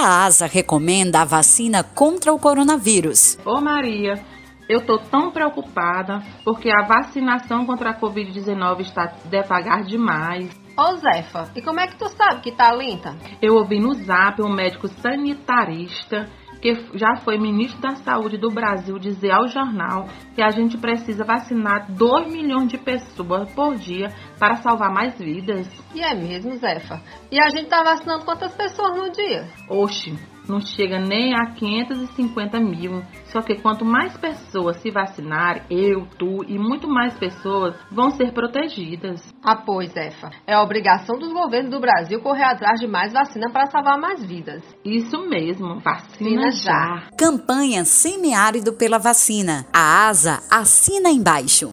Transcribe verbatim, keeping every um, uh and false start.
A ASA recomenda a vacina contra o coronavírus. Ô Maria, eu tô tão preocupada porque a vacinação contra a covid dezenove está devagar demais. Ô Zefa, e como é que tu sabe que tá lenta? Eu ouvi no Zap um médico sanitarista que já foi ministro da Saúde do Brasil dizer ao jornal que a gente precisa vacinar dois milhões de pessoas por dia para salvar mais vidas. E é mesmo, Zefa? E a gente tá vacinando quantas pessoas no dia? Oxe, não chega nem a quinhentos e cinquenta mil. Só que quanto mais pessoas se vacinarem, eu, tu e muito mais pessoas vão ser protegidas. Ah, pois, Zefa. É a obrigação dos governos do Brasil correr atrás de mais vacina para salvar mais vidas. Isso mesmo, vacina já. Campanha Semiárido pela Vacina. A ASA assina embaixo.